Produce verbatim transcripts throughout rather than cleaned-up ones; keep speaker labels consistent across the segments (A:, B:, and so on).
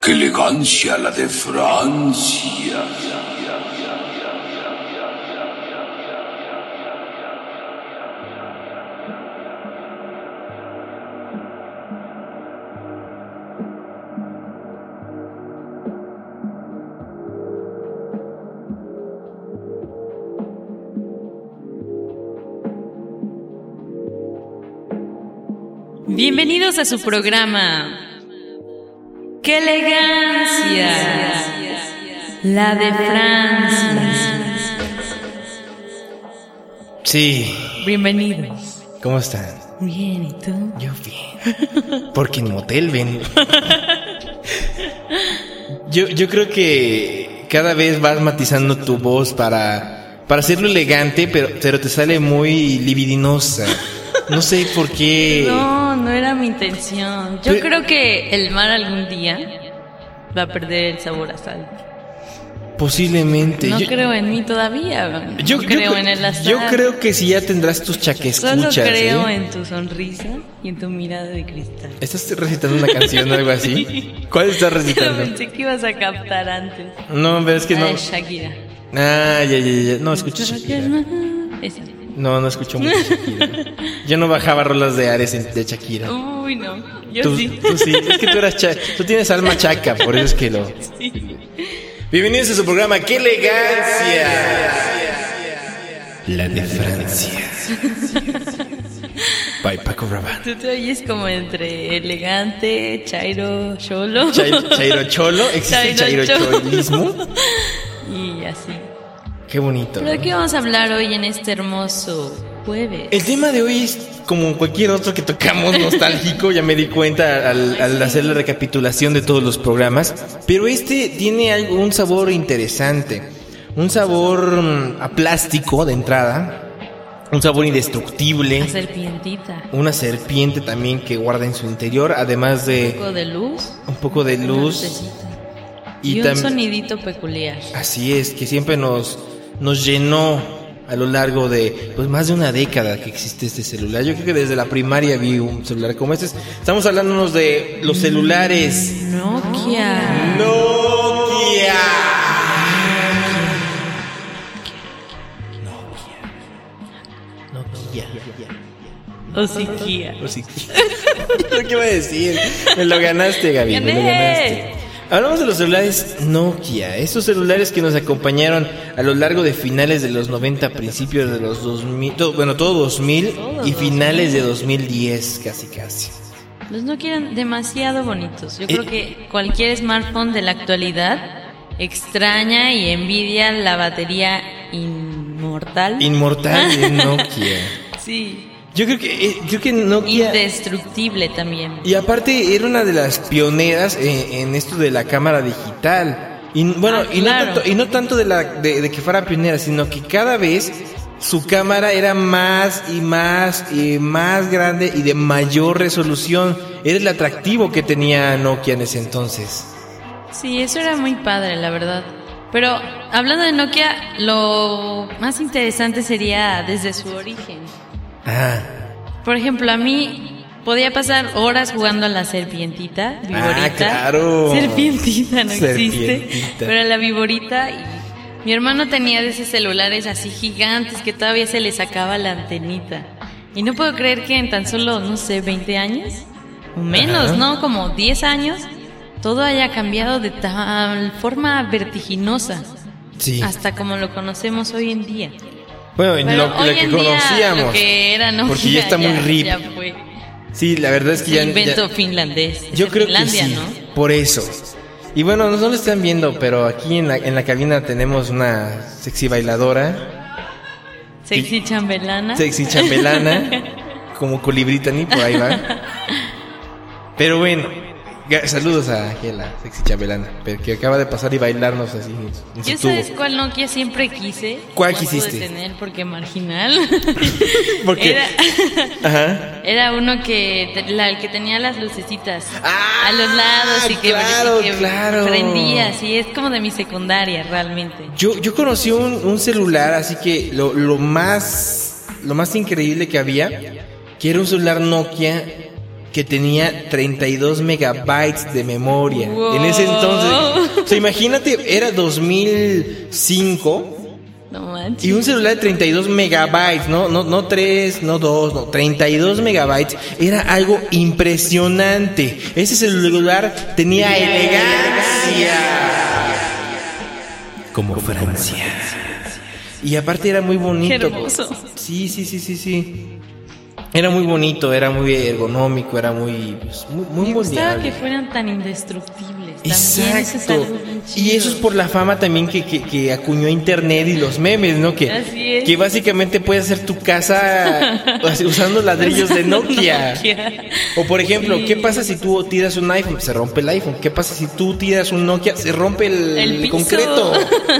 A: ¡Qué elegancia la de Francia!
B: Bienvenidos a su programa ¡Qué elegancia! La de Francia.
C: Sí.
B: Bienvenidos.
C: ¿Cómo están?
B: Bien, ¿y tú?
C: Yo bien. Porque en motel ven. Yo, yo creo que cada vez vas matizando tu voz para, para hacerlo elegante, pero, pero te sale muy libidinosa. No sé por qué.
B: No, no era mi intención. Yo pero, creo que el mar algún día va a perder el sabor a sal.
C: Posiblemente.
B: No
C: yo,
B: creo en mí todavía.
C: Yo
B: no
C: yo,
B: creo
C: yo,
B: en el azar.
C: Yo creo que sí ya tendrás tus chaquescuchas.
B: Solo creo
C: ¿eh?
B: en tu sonrisa y en tu mirada de cristal.
C: ¿Estás recitando una canción o algo así? Sí. ¿Cuál estás recitando?
B: Yo pensé que ibas a captar antes.
C: No, pero es que no.
B: Ay, Shakira.
C: Ah, ya, ya, ya. No, escuché Shakira.
B: Esa.
C: No, no escucho mucho Shakira. Yo no bajaba rolas de Ares de Shakira.
B: Uy, no. Yo
C: tú,
B: sí.
C: Tú sí. Es que tú eras cha... tú tienes alma chaca, por eso es que lo.
B: Sí.
C: Bienvenidos a su programa ¡Qué elegancia! La de Francia. By Paco Rabanne.
B: Tú te oyes como entre elegante, chairo, cholo.
C: Chairo, chairo cholo. ¿Existe chairo, chairo cholismo?
B: Y así.
C: Qué bonito.
B: ¿Pero de qué vamos a hablar hoy en este hermoso jueves?
C: El tema de hoy es como cualquier otro que tocamos, nostálgico. Ya me di cuenta al, al hacer la recapitulación de todos los programas. Pero este tiene algo, un sabor interesante. Un sabor a plástico de entrada. Un sabor indestructible.
B: Una serpientita.
C: Una serpiente también que guarda en su interior. Además de...
B: Un poco de luz.
C: Un poco de luz.
B: Y, y un tam- sonidito peculiar.
C: Así es, que siempre nos... nos llenó a lo largo de pues más de una década que existe este celular. Yo creo que desde la primaria vi un celular como este. Estamos hablándonos de los celulares
B: Nokia.
C: Nokia. Nokia. Nokia.
B: O Sikia.
C: O Sikia. ¿Qué iba a decir? Me lo ganaste, Gaby.
B: ¡Gané!
C: Me lo ganaste. Hablamos de los celulares Nokia, estos celulares que nos acompañaron a lo largo de finales de los noventa, principios de los dos mil, todo, bueno, todo dos mil todo y finales de dos mil diez, casi casi.
B: Los Nokia eran demasiado bonitos. Yo eh, creo que cualquier smartphone de la actualidad extraña y envidia la batería inmortal.
C: Inmortal de Nokia.
B: Sí.
C: Yo creo que eh, creo que Nokia
B: indestructible también.
C: Y aparte era una de las pioneras en, en esto de la cámara digital. Y bueno, ah, y, claro. no tanto, y no tanto de la de, de que fuera pionera, sino que cada vez su cámara era más y más y más grande y de mayor resolución. Era el atractivo que tenía Nokia en ese entonces.
B: Sí, eso era muy padre, la verdad. Pero hablando de Nokia, lo más interesante sería desde su origen.
C: Ah.
B: Por ejemplo, a mí podía pasar horas jugando a la serpientita, viborita.
C: Ah, claro.
B: Serpientita no
C: serpientita.
B: existe, pero la viborita. Y mi hermano tenía de esos celulares así gigantes que todavía se le sacaba la antenita. Y no puedo creer que en tan solo, no sé, veinte años o menos, Ajá. ¿no? Como diez años, todo haya cambiado de tal forma vertiginosa.
C: Sí.
B: Hasta como lo conocemos hoy en día.
C: Bueno, lo, lo que conocíamos,
B: lo que era Nokia,
C: porque ya está muy
B: ya,
C: rip.
B: Ya fue.
C: Sí, la verdad es que
B: Se
C: ya
B: invento
C: ya,
B: finlandés.
C: Yo creo
B: Finlandia,
C: que sí,
B: ¿no?
C: Por eso. Y bueno, no lo están viendo, pero aquí en la, en la cabina tenemos una sexy bailadora.
B: Sexy y, chambelana.
C: Sexy chambelana, como colibrita ni por ahí va. Pero bueno. Saludos a Ángela, sexy chambelana, que acaba de pasar y bailarnos así en su
B: ¿Yo
C: tubo.
B: sabes cuál Nokia siempre quise?
C: ¿Cuál
B: no
C: quisiste?
B: Pude tener porque marginal.
C: ¿Por qué?
B: Era,
C: Ajá.
B: Era uno que la, el que tenía las lucecitas
C: ah,
B: a los lados y que,
C: claro,
B: y que
C: claro.
B: prendía, así es como de mi secundaria realmente.
C: Yo yo conocí un, un celular, así que lo, lo más lo más increíble que había, que era un celular Nokia que tenía treinta y dos megabytes de memoria.
B: Wow.
C: En ese entonces, o sea, imagínate, era dos mil cinco.
B: No manches.
C: Y un celular de treinta y dos megabytes, no, no, no tres, no dos, no, treinta y dos megabytes, era algo impresionante. Ese celular tenía elegancia. Como Francia. Y aparte era muy bonito.
B: Qué hermoso.
C: Sí, sí, sí, sí, sí. Era muy bonito, era muy ergonómico, era muy, pues, muy, muy
B: Me gustaba
C: moldeable.
B: que fueran tan indestructibles. También
C: Exacto.
B: eso es algo bien chido.
C: Y eso es por la fama también que, que, que acuñó Internet y los memes, ¿no? Que,
B: Así es.
C: que básicamente puedes hacer tu casa así, usando ladrillos de Nokia.
B: Nokia.
C: O por ejemplo,
B: Sí.
C: ¿qué pasa si tú tiras un iPhone? Se rompe el iPhone. ¿Qué pasa si tú tiras un Nokia? Se rompe el,
B: El piso.
C: concreto.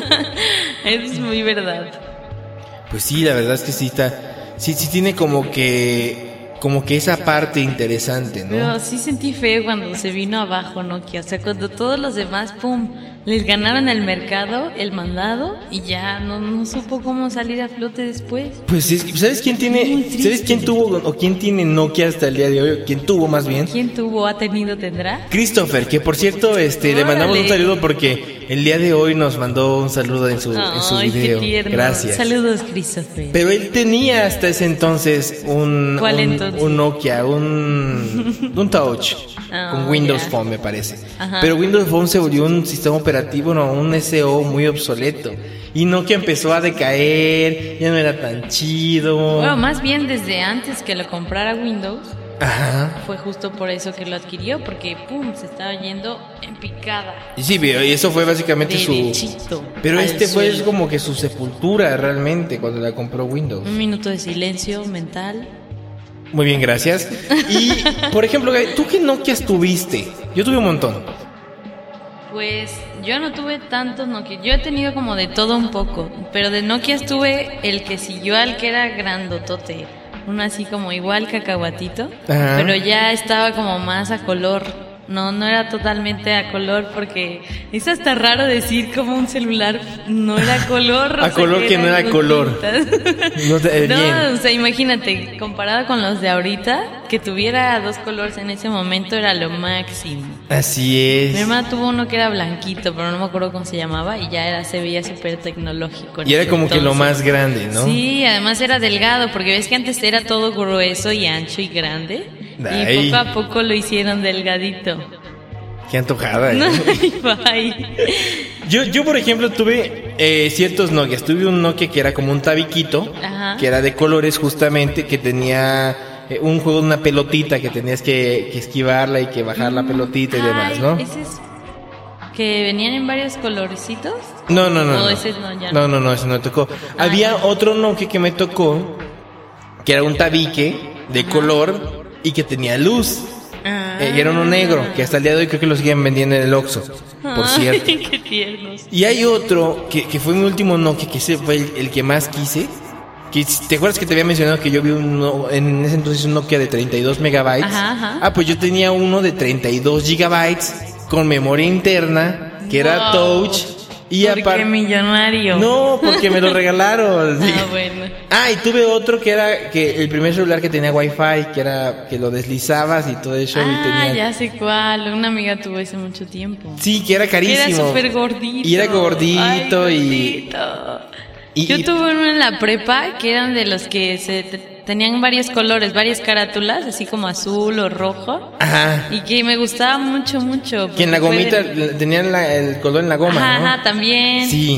B: Es muy verdad.
C: Pues sí, la verdad es que sí está... Sí, sí tiene como que... Como que esa parte interesante, ¿no?
B: Pero sí sentí feo cuando se vino abajo Nokia. O sea, cuando todos los demás, pum, les ganaron el mercado, el mandado, y ya no, no supo cómo salir a flote después.
C: Pues es, ¿sabes quién tiene?
B: Muy triste.
C: ¿Sabes quién tuvo o quién tiene Nokia hasta el día de hoy? ¿Quién tuvo más bien?
B: ¿Quién tuvo, ha tenido, tendrá?
C: Christopher, que por cierto, este, le mandamos un
B: Órale.
C: saludo porque el día de hoy nos mandó un saludo en su, en su
B: Ay,
C: video.
B: qué tierno.
C: Gracias.
B: Saludos, Christopher.
C: Pero él tenía hasta ese entonces un,
B: ¿Cuál
C: un,
B: entonces?
C: un Nokia, un, un Touch
B: Oh,
C: con Windows
B: ya.
C: Phone, me parece.
B: Ajá.
C: Pero Windows Phone se volvió un sistema operativo, no, un S O muy obsoleto. Y Nokia empezó a decaer, ya no era tan chido.
B: Bueno, más bien desde antes que lo comprara Windows,
C: Ajá.
B: fue justo por eso que lo adquirió, porque pum, se estaba yendo en picada.
C: Y sí, pero y eso fue básicamente su...
B: Derechito
C: Pero
B: al
C: este fue
B: suelo.
C: como que su sepultura realmente cuando la compró Windows.
B: Un minuto de silencio mental.
C: Muy bien, gracias. Y, por ejemplo, Gaby, ¿tú qué Nokias tuviste? Yo tuve un montón.
B: Pues yo no tuve tantos Nokia. Yo he tenido como de todo un poco. Pero de Nokia tuve el que siguió al que era grandotote. Uno así como igual cacahuatito.
C: Ajá.
B: Pero ya estaba como más a color. No, no era totalmente a color porque es hasta raro decir como un celular no era color. o
C: A
B: sea,
C: color que no era
B: eran
C: color.
B: gotitas.
C: No te- eh,
B: No,
C: bien.
B: o sea, imagínate, comparado con los de ahorita, que tuviera dos colores en ese momento era lo máximo.
C: Así
B: Mi
C: es.
B: hermana tuvo uno que era blanquito, pero no me acuerdo cómo se llamaba y ya era, se veía súper tecnológico. en
C: Y era
B: ese
C: como que lo
B: entonces.
C: más grande, ¿no?
B: Sí, además era delgado, porque ves que antes era todo grueso y ancho y grande.
C: Ay.
B: Y poco a poco lo hicieron delgadito.
C: Qué antojada. ¿eh?
B: Bye.
C: Yo, yo, por ejemplo, tuve eh, ciertos Nokias. Tuve un Nokia que era como un tabiquito,
B: Ajá.
C: que era de colores justamente, que tenía eh, un juego de una pelotita que tenías que, que esquivarla y que bajar la pelotita y demás,
B: Ay,
C: ¿no?
B: Ese es que venían en varios colorecitos.
C: No, no, no.
B: No,
C: no.
B: ese no, ya
C: no, no, no, ese no me tocó.
B: Ah,
C: Había
B: ya.
C: otro Nokia que me tocó, que era un tabique de
B: Ajá.
C: color y que tenía luz.
B: Ah.
C: Eh, y era uno negro, que hasta el día de hoy creo que lo siguen vendiendo en el Oxxo, por
B: Ay,
C: cierto.
B: qué tiernos.
C: Y hay otro que, que fue mi último Nokia, que ese fue el, el que más quise. Que, ¿te acuerdas que te había mencionado que yo vi uno, en ese entonces un Nokia de treinta y dos megabytes?
B: Ajá, ajá.
C: Ah, pues yo tenía uno de treinta y dos gigabytes con memoria interna, que era
B: Wow.
C: touch. Y
B: ¿Por qué
C: aparte...
B: millonario?
C: No, porque me lo regalaron. Sí.
B: Ah, bueno.
C: Ah, y tuve otro que era que el primer celular que tenía wifi, que era que lo deslizabas y todo eso. y
B: Ah,
C: tenía...
B: ya sé cuál. Una amiga tuvo ese mucho tiempo.
C: Sí, que era carísimo.
B: Era súper gordito.
C: Y era gordito
B: Ay,
C: y...
B: gordito.
C: y-
B: Yo
C: y-
B: tuve uno en la prepa que eran de los que se te- tenían varios colores, varias carátulas, así como azul o rojo.
C: Ajá.
B: Y que me gustaba mucho, mucho.
C: Que en la
B: porque fue
C: gomita
B: de-
C: le- tenían la- el color en la goma,
B: Ajá,
C: ¿no?
B: ajá, también.
C: Sí.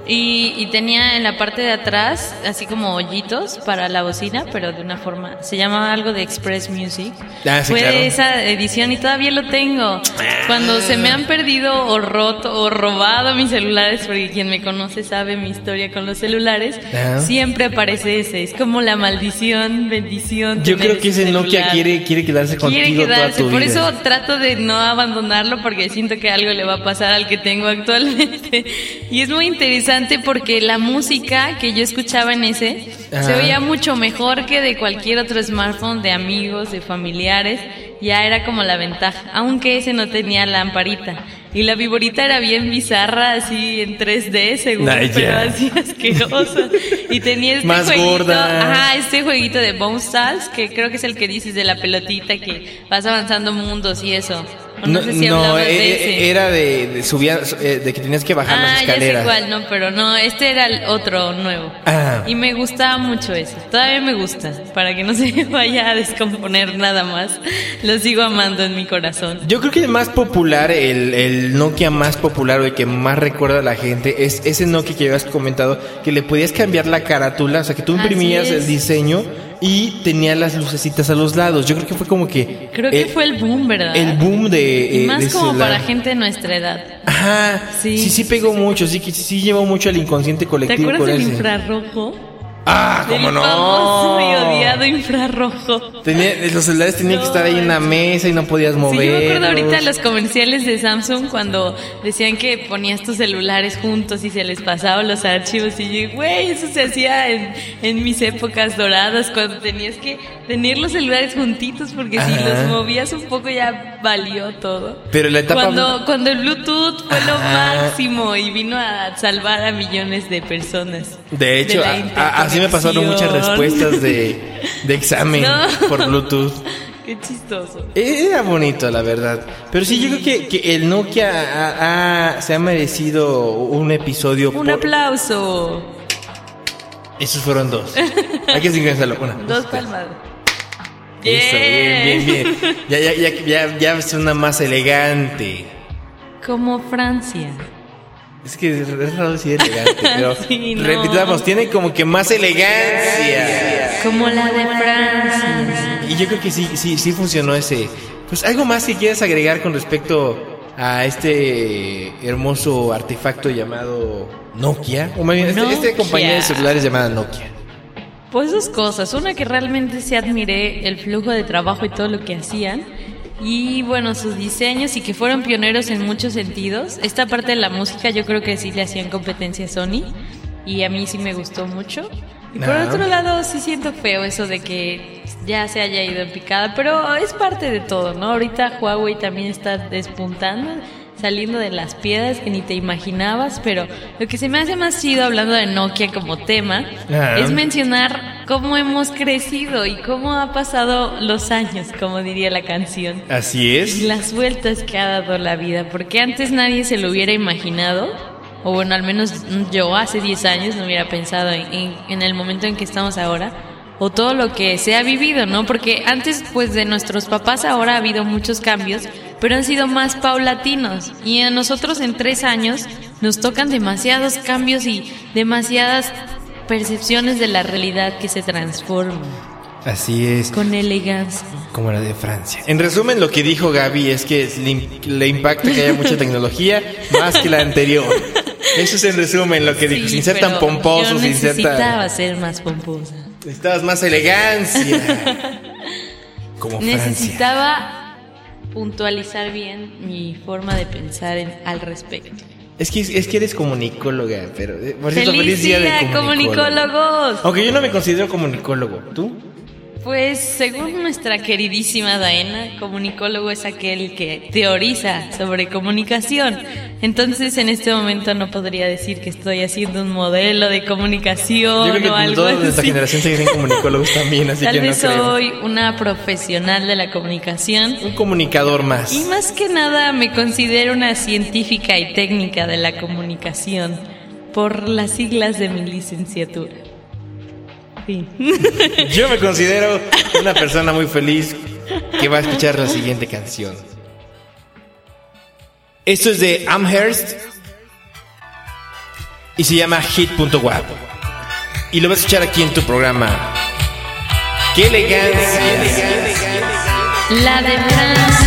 B: Y, y tenía en la parte de atrás así como hoyitos para la bocina, pero de una forma, se llamaba algo de Express Music.
C: Ah, sí,
B: Fue
C: claro.
B: de esa edición y todavía lo tengo. Cuando se me han perdido o roto o robado mis celulares, porque quien me conoce sabe mi historia con los celulares,
C: Ajá.
B: siempre aparece ese. Es como la maldición, bendición.
C: Yo
B: tener
C: creo que ese Nokia
B: celular.
C: quiere, quiere quedarse
B: Quiere
C: contigo
B: quedarse,
C: toda tu
B: por
C: vida.
B: eso trato de no abandonarlo porque siento que algo le va a pasar al que tengo actualmente. Y es muy interesante porque la música que yo escuchaba en ese
C: Ajá.
B: se oía mucho mejor que de cualquier otro smartphone de amigos, de familiares. Ya era como la ventaja, aunque ese no tenía lamparita. Y la viborita era bien bizarra, así en tres D según,
C: Ay,
B: pero
C: ya.
B: así asquerosa. Y tenía este
C: Más
B: jueguito,
C: gorda.
B: ajá, este jueguito de Bone Stars, que creo que es el que dices de la pelotita que vas avanzando mundos y eso. O no,
C: No,
B: sé si
C: no,
B: hablabas
C: eh,
B: de ese.
C: era de, de subía, eh, de que tenías que bajar
B: Ah,
C: las
B: ya sé
C: escaleras.
B: cuál, no, pero no, este era el otro nuevo.
C: Ah.
B: Y me gustaba mucho ese. Todavía me gusta, para que no se vaya a descomponer nada más. Lo sigo amando en mi corazón.
C: Yo creo que el más popular, el, el Nokia más popular o el que más recuerda a la gente es ese Nokia que habías comentado, que le podías cambiar la carátula, o sea, que tú imprimías
B: Así es.
C: el diseño y tenía las lucecitas a los lados. Yo creo que fue como que...
B: Creo que fue el boom, ¿verdad?
C: El boom de...
B: Y
C: eh,
B: más
C: de
B: como
C: celular.
B: para gente de nuestra edad.
C: Ajá,
B: Sí.
C: sí, sí pegó mucho, sí, que sí llevó mucho al inconsciente
B: ¿Te
C: colectivo
B: acuerdas
C: con
B: del
C: ese.
B: infrarrojo?
C: Ah,
B: Del
C: cómo no.
B: famoso y odiado infrarrojo.
C: Tenía, los celulares tenían que estar ahí en la mesa y no podías
B: Sí,
C: moverlos.
B: yo me acuerdo ahorita de los comerciales de Samsung cuando decían que ponías tus celulares juntos y se les pasaban los archivos y yo, güey, eso se hacía en, en mis épocas doradas cuando tenías que tener los celulares juntitos porque si
C: Ajá.
B: los movías un poco ya valió todo.
C: Pero la etapa...
B: Cuando, cuando el Bluetooth fue lo
C: Ajá.
B: máximo y vino a salvar a millones de personas.
C: De hecho,
B: la
C: a- a- así me pasaron muchas
B: interconexión.
C: respuestas de, de examen
B: No.
C: por Bluetooth.
B: Qué chistoso.
C: Era bonito, la verdad. Pero sí, yo creo que, que el Nokia ha- ha- se ha merecido un episodio.
B: Un
C: por-
B: aplauso.
C: Esos fueron dos. Hay que sincronizarlo. Una,
B: Dos palmas.
C: Eso, bien, bien, bien. Ya, ya, ya, ya, ya suena más elegante.
B: Como Francia.
C: Es que es raro decir elegante, pero
B: Sí, no.
C: repitamos, tiene como que más elegancia.
B: Como la de Francia.
C: Y yo creo que sí, sí, sí funcionó ese. Pues algo más que quieras agregar con respecto a este hermoso artefacto llamado Nokia. O más bien, este- esta
B: Nokia.
C: compañía de celulares llamada Nokia.
B: Pues dos cosas. Una que realmente sí admiré el flujo de trabajo y todo lo que hacían. Y bueno, sus diseños y que fueron pioneros en muchos sentidos. Esta parte de la música yo creo que sí le hacían competencia a Sony. Y a mí sí me gustó mucho. Y por
C: Ah.
B: otro lado sí siento feo eso de que ya se haya ido en picada. Pero es parte de todo, ¿no? Ahorita Huawei también está despuntando, saliendo de las piedras que ni te imaginabas. Pero lo que se me hace más chido hablando de Nokia como tema
C: Ah.
B: es mencionar cómo hemos crecido y cómo ha pasado los años, como diría la canción.
C: Así
B: Y
C: es.
B: las vueltas que ha dado la vida, porque antes nadie se lo hubiera imaginado, o bueno, al menos yo hace diez años no hubiera pensado en, en, en el momento en que estamos ahora, o todo lo que se ha vivido, ¿no? Porque antes, pues de nuestros papás ahora ha habido muchos cambios, pero han sido más paulatinos, y a nosotros en tres años nos tocan demasiados cambios y demasiadas percepciones de la realidad que se transforman
C: Así es.
B: con elegancia.
C: Como la de Francia. En resumen, lo que dijo Gaby es que le, le impacta que haya mucha tecnología más que la anterior. Eso es en resumen lo que dijo.
B: Sí,
C: Sin ser tan
B: pero
C: pomposo,
B: yo
C: sin ser tan...
B: necesitaba ser más pomposa.
C: Necesitabas más elegancia. Como Francia.
B: Necesitaba puntualizar bien mi forma de pensar en- al respecto.
C: Es que, es que eres comunicóloga, pero... eh, Por cierto,
B: ¡Feliz
C: feliz día de
B: día, comunicólogos!
C: Aunque yo no me considero comunicólogo. ¿Tú?
B: Pues según nuestra queridísima Daena, comunicólogo es aquel que teoriza sobre comunicación. Entonces en este momento no podría decir que estoy haciendo un modelo de comunicación
C: Yo creo que
B: o algo
C: todos de esta
B: así.
C: generación se dicen comunicólogos también, así
B: Tal
C: que no
B: vez
C: creo.
B: soy una profesional de la comunicación.
C: Un comunicador más.
B: Y más que nada me considero una científica y técnica de la comunicación por las siglas de mi licenciatura. Fin.
C: Yo me considero una persona muy feliz que va a escuchar la siguiente canción. Esto es de Amherst y se llama hit punto wap. Y lo vas a escuchar aquí en tu programa. ¡Qué elegancia!
B: La de Francia.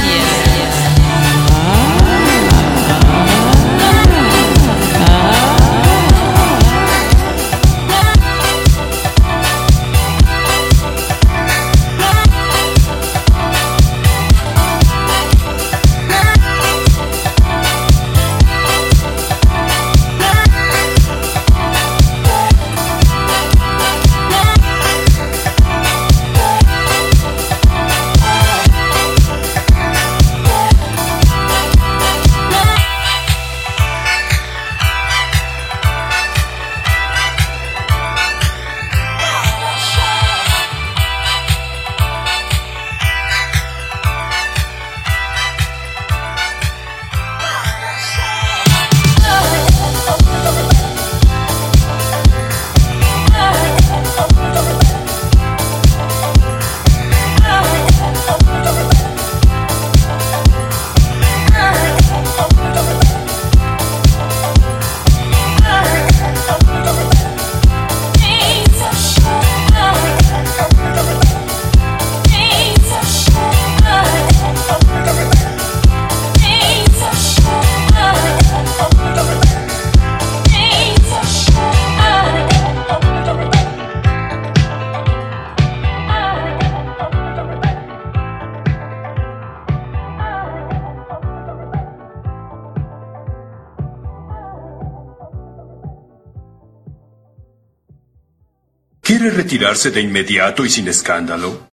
D: ¿Quiere retirarse de inmediato y sin escándalo?